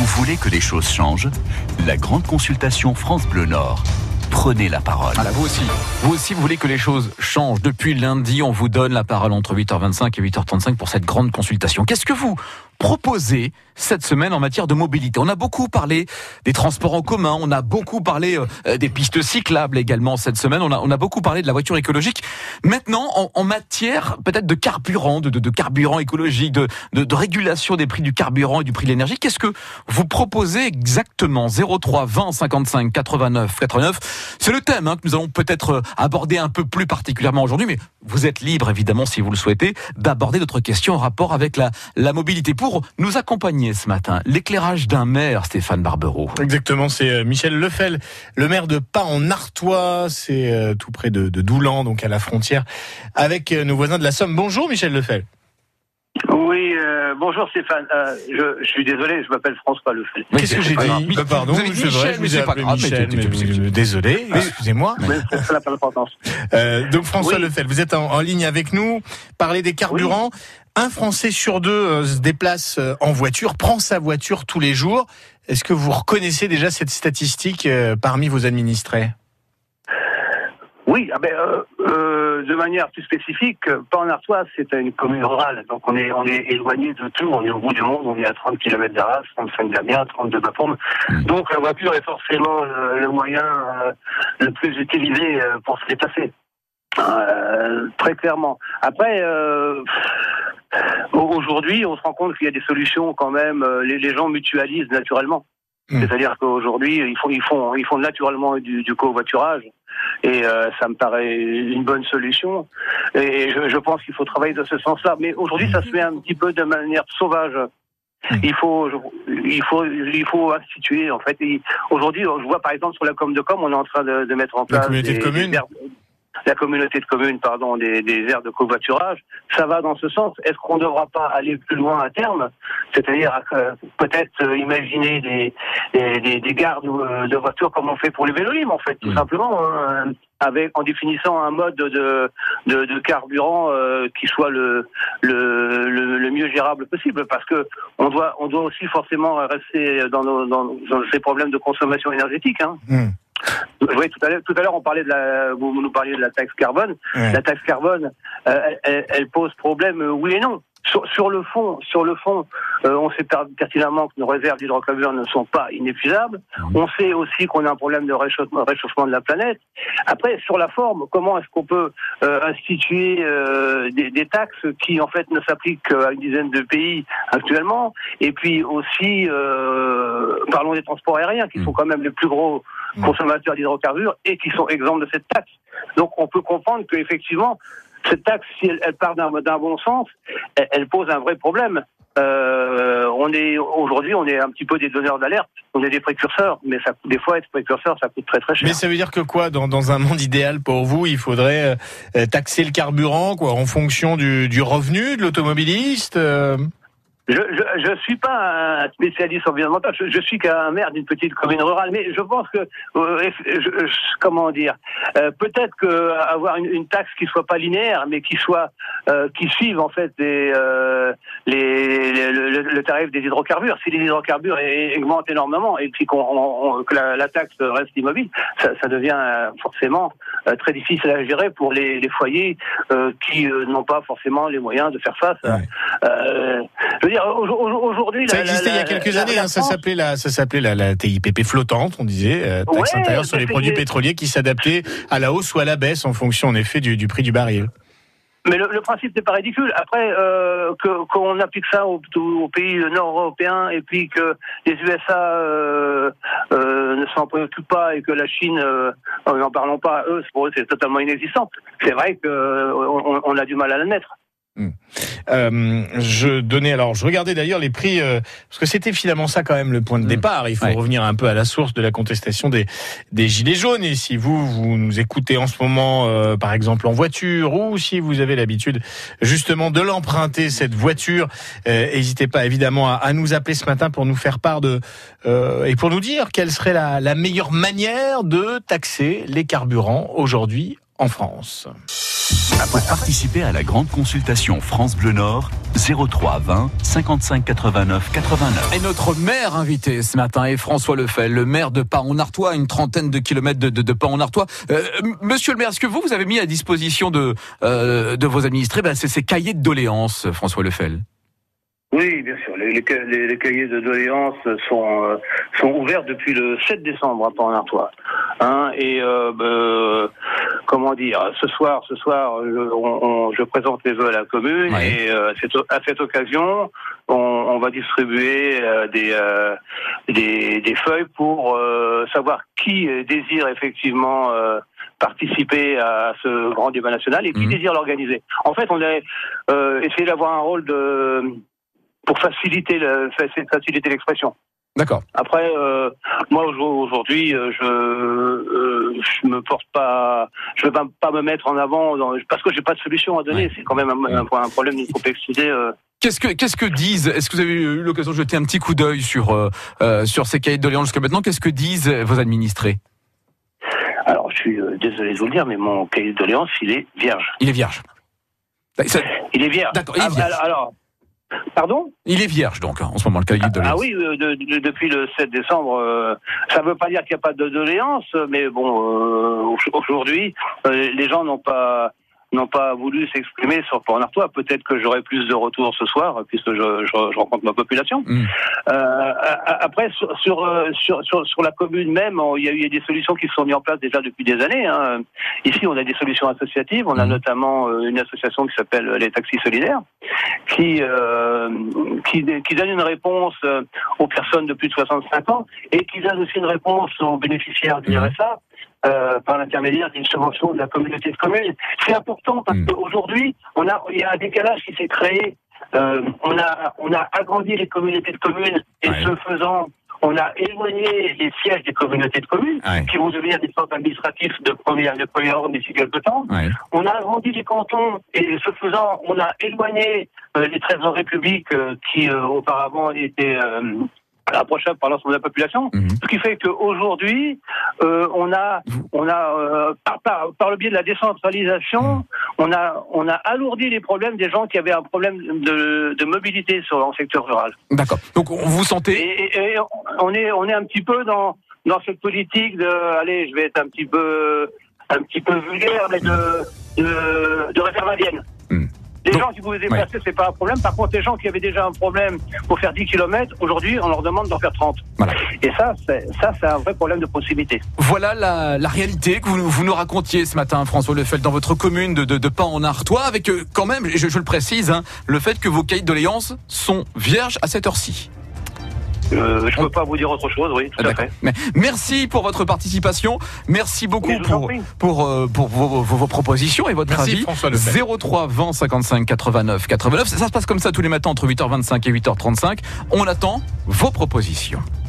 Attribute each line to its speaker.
Speaker 1: Vous voulez que les choses changent ? La grande consultation France Bleu Nord. Prenez la parole.
Speaker 2: Voilà, vous aussi, vous voulez que les choses changent. Depuis lundi, on vous donne la parole entre 8h25 et 8h35 pour cette grande consultation. Qu'est-ce que vous proposez cette semaine en matière de mobilité? On a beaucoup parlé des transports en commun, on a beaucoup parlé des pistes cyclables également cette semaine, on a beaucoup parlé de la voiture écologique. Maintenant, en matière peut-être de carburant, de carburant écologique, de régulation des prix du carburant et du prix de l'énergie, qu'est-ce que vous proposez exactement? 03 20 55 89 89. C'est le thème que nous allons peut-être aborder un peu plus particulièrement aujourd'hui, mais vous êtes libre évidemment, si vous le souhaitez, d'aborder notre question en rapport avec la mobilité. Pour nous accompagner ce matin, l'éclairage d'un maire, Stéphane Barbereau.
Speaker 3: Exactement, c'est Michel Lefel, le maire de Pas en Artois, c'est tout près de Doulan, donc à la frontière avec nos voisins de la Somme. Bonjour Michel Lefel.
Speaker 4: Oui, bonjour Stéphane. Je suis désolé, je m'appelle François Lefel.
Speaker 3: Qu'est-ce que j'ai dit? Pardon,
Speaker 2: vous avez dit
Speaker 3: c'est vrai,
Speaker 2: Michel,
Speaker 3: je vous ai appelé Michel, mais désolé, excusez-moi.
Speaker 4: Ça n'a pas d'importance.
Speaker 3: Donc François Lefel, vous êtes en ligne avec nous, parler des carburants. Oui. Un Français sur deux se déplace en voiture, prend sa voiture tous les jours. Est-ce que vous reconnaissez déjà cette statistique parmi vos administrés?
Speaker 4: Oui, de manière plus spécifique, Pas en Artois, c'est une commune rurale, donc on est éloigné de tout, on est au bout du monde, on est à 30 km d'Arras, 35 d'Amiens, 30 de Bapaume. Donc la voiture est forcément le moyen le plus utilisé pour se déplacer. Très clairement. Après, aujourd'hui, on se rend compte qu'il y a des solutions quand même. Les gens mutualisent naturellement. C'est-à-dire qu'aujourd'hui, ils font naturellement du covoiturage. Et ça me paraît une bonne solution. Et je pense qu'il faut travailler dans ce sens-là. Mais aujourd'hui, ça se fait un petit peu de manière sauvage. Il faut instituer, en fait. Aujourd'hui, je vois par exemple sur la com de Com, on est en train de mettre en place
Speaker 3: la communauté de communes.
Speaker 4: La communauté de communes, des aires de covoiturage, ça va dans ce sens. Est-ce qu'on ne devra pas aller plus loin à terme? C'est-à-dire peut-être imaginer des gares de voitures comme on fait pour les vélos libres, en fait, tout simplement, en définissant un mode de carburant qui soit le mieux gérable possible, parce que on doit aussi forcément rester dans ces problèmes de consommation énergétique. Oui, tout à l'heure, on parlait vous nous parliez de la taxe carbone. Ouais. La taxe carbone, elle pose problème, oui et non. Sur le fond, on sait pertinemment que nos réserves d'hydrocarbures ne sont pas inépuisables. On sait aussi qu'on a un problème de réchauffement de la planète. Après, sur la forme, comment est-ce qu'on peut instituer des taxes qui, en fait, ne s'appliquent qu'à une dizaine de pays actuellement? Et puis aussi, parlons des transports aériens, qui sont quand même les plus gros consommateurs d'hydrocarbures et qui sont exempts de cette taxe. Donc, on peut comprendre qu'effectivement, cette taxe, si elle part d'un bon sens, elle pose un vrai problème. Aujourd'hui, on est un petit peu des donneurs d'alerte, on est des précurseurs, mais des fois être précurseur, ça coûte très très cher.
Speaker 3: Mais ça veut dire que quoi, dans un monde idéal pour vous, il faudrait taxer le carburant, quoi, en fonction du revenu de l'automobiliste?
Speaker 4: Je suis pas un spécialiste environnemental. Je suis qu'un maire d'une petite commune rurale, mais je pense que comment dire, peut-être que avoir une taxe qui soit pas linéaire, mais qui suive en fait le tarif des hydrocarbures. Si les hydrocarbures augmentent énormément et puis que la taxe reste immobile, ça devient forcément très difficile à gérer pour les foyers qui n'ont pas forcément les moyens de faire face. Je veux dire, aujourd'hui,
Speaker 3: ça existait il y a quelques années. Ça s'appelait la TIPP flottante, on disait, taxe intérieure sur les produits pétroliers qui s'adaptait à la hausse ou à la baisse en fonction, en effet, du prix du baril.
Speaker 4: Mais le principe n'est pas ridicule. Après, qu'on applique ça aux pays nord-européens et puis que les USA ne s'en préoccupent pas et que la Chine, n'en parlons pas, pour eux, c'est totalement inexistant. C'est vrai qu'on a du mal à l'admettre.
Speaker 3: Je regardais d'ailleurs les prix, parce que c'était finalement ça quand même le point de départ. Il faut revenir un peu à la source de la contestation des gilets jaunes. Et si vous nous écoutez en ce moment, par exemple en voiture, ou si vous avez l'habitude justement de l'emprunter, cette voiture, n'hésitez pas évidemment à nous appeler ce matin pour nous faire part et pour nous dire quelle serait la meilleure manière de taxer les carburants aujourd'hui en France.
Speaker 1: Pour participer à la grande consultation France Bleu Nord, 03 20 55 89 89.
Speaker 2: Et notre maire invité ce matin est François Lefel, le maire de Paon-Artois, une trentaine de kilomètres de Paon-Artois. Monsieur le maire, est-ce que vous avez mis à disposition de vos administrés ces cahiers de doléances, François Lefel?
Speaker 4: Oui, bien sûr. Les cahiers de doléances sont ouverts depuis le 7 décembre à Paon-Artois. Comment dire, ce soir, je présente les vœux à la commune, oui. Et à cette occasion, on va distribuer des feuilles pour savoir qui désire effectivement participer à ce grand débat national et qui désire l'organiser. En fait, on a essayé d'avoir un rôle pour faciliter l'expression.
Speaker 2: D'accord.
Speaker 4: Après, moi aujourd'hui, je me porte pas, je vais pas me mettre en avant parce que j'ai pas de solution à donner. Ouais. C'est quand même un problème d'une complexité.
Speaker 2: Qu'est-ce que disent? Est-ce que vous avez eu l'occasion de jeter un petit coup d'œil sur ces cahiers de doléances jusqu'à maintenant? Qu'est-ce que disent vos administrés?
Speaker 4: Alors, je suis désolé de vous le dire, mais mon cahier de doléances, il est vierge.
Speaker 2: Il est vierge.
Speaker 4: Il est vierge.
Speaker 2: D'accord. Il est vierge.
Speaker 4: Alors. Pardon ?
Speaker 2: Il est vierge donc en ce moment le cahier de doléances.
Speaker 4: Ah oui, depuis le 7 décembre, ça ne veut pas dire qu'il n'y a pas de doléances, mais bon, aujourd'hui, les gens n'ont pas voulu s'exprimer sur Paon-Artois. Peut-être que j'aurai plus de retours ce soir, puisque je rencontre ma population. Après, sur la commune même, il y a eu des solutions qui se sont mises en place déjà depuis des années. Hein. Ici, on a des solutions associatives. On a notamment une association qui s'appelle les Taxis Solidaires, qui donne une réponse aux personnes de plus de 65 ans et qui donne aussi une réponse aux bénéficiaires du RSA. Par l'intermédiaire d'une subvention de la communauté de communes. C'est important parce qu'aujourd'hui, il y a un décalage qui s'est créé. On a agrandi les communautés de communes et ce faisant, on a éloigné les sièges des communautés de communes qui vont devenir des centres administratifs de premier ordre d'ici quelques temps. On a agrandi les cantons et ce faisant, on a éloigné les trésoreries publiques qui auparavant étaient approchable par l'ensemble de la population, ce qui fait qu'aujourd'hui, on a par le biais de la décentralisation, on a alourdi les problèmes des gens qui avaient un problème de mobilité dans le secteur rural.
Speaker 2: D'accord. Donc vous sentez
Speaker 4: et on est un petit peu dans cette politique allez, je vais être un petit peu vulgaire, mais de réservadienne. Les gens qui pouvaient se déplacer, c'est pas un problème. Par contre, les gens qui avaient déjà un problème pour faire 10 km, aujourd'hui, on leur demande d'en faire 30. Voilà. Et ça, c'est un vrai problème de proximité.
Speaker 2: Voilà la réalité que vous nous racontiez ce matin, François Lefel, dans votre commune de Paon-Artois, avec quand même, je le précise, le fait que vos cahiers de doléances sont vierges à cette heure-ci.
Speaker 4: Je ne peux pas vous dire autre chose, oui, tout à fait.
Speaker 2: Mais merci pour votre participation. Merci beaucoup pour vos propositions et votre avis. 03 20 55 89 89. Ça se passe comme ça tous les matins entre 8h25 et 8h35. On attend vos propositions.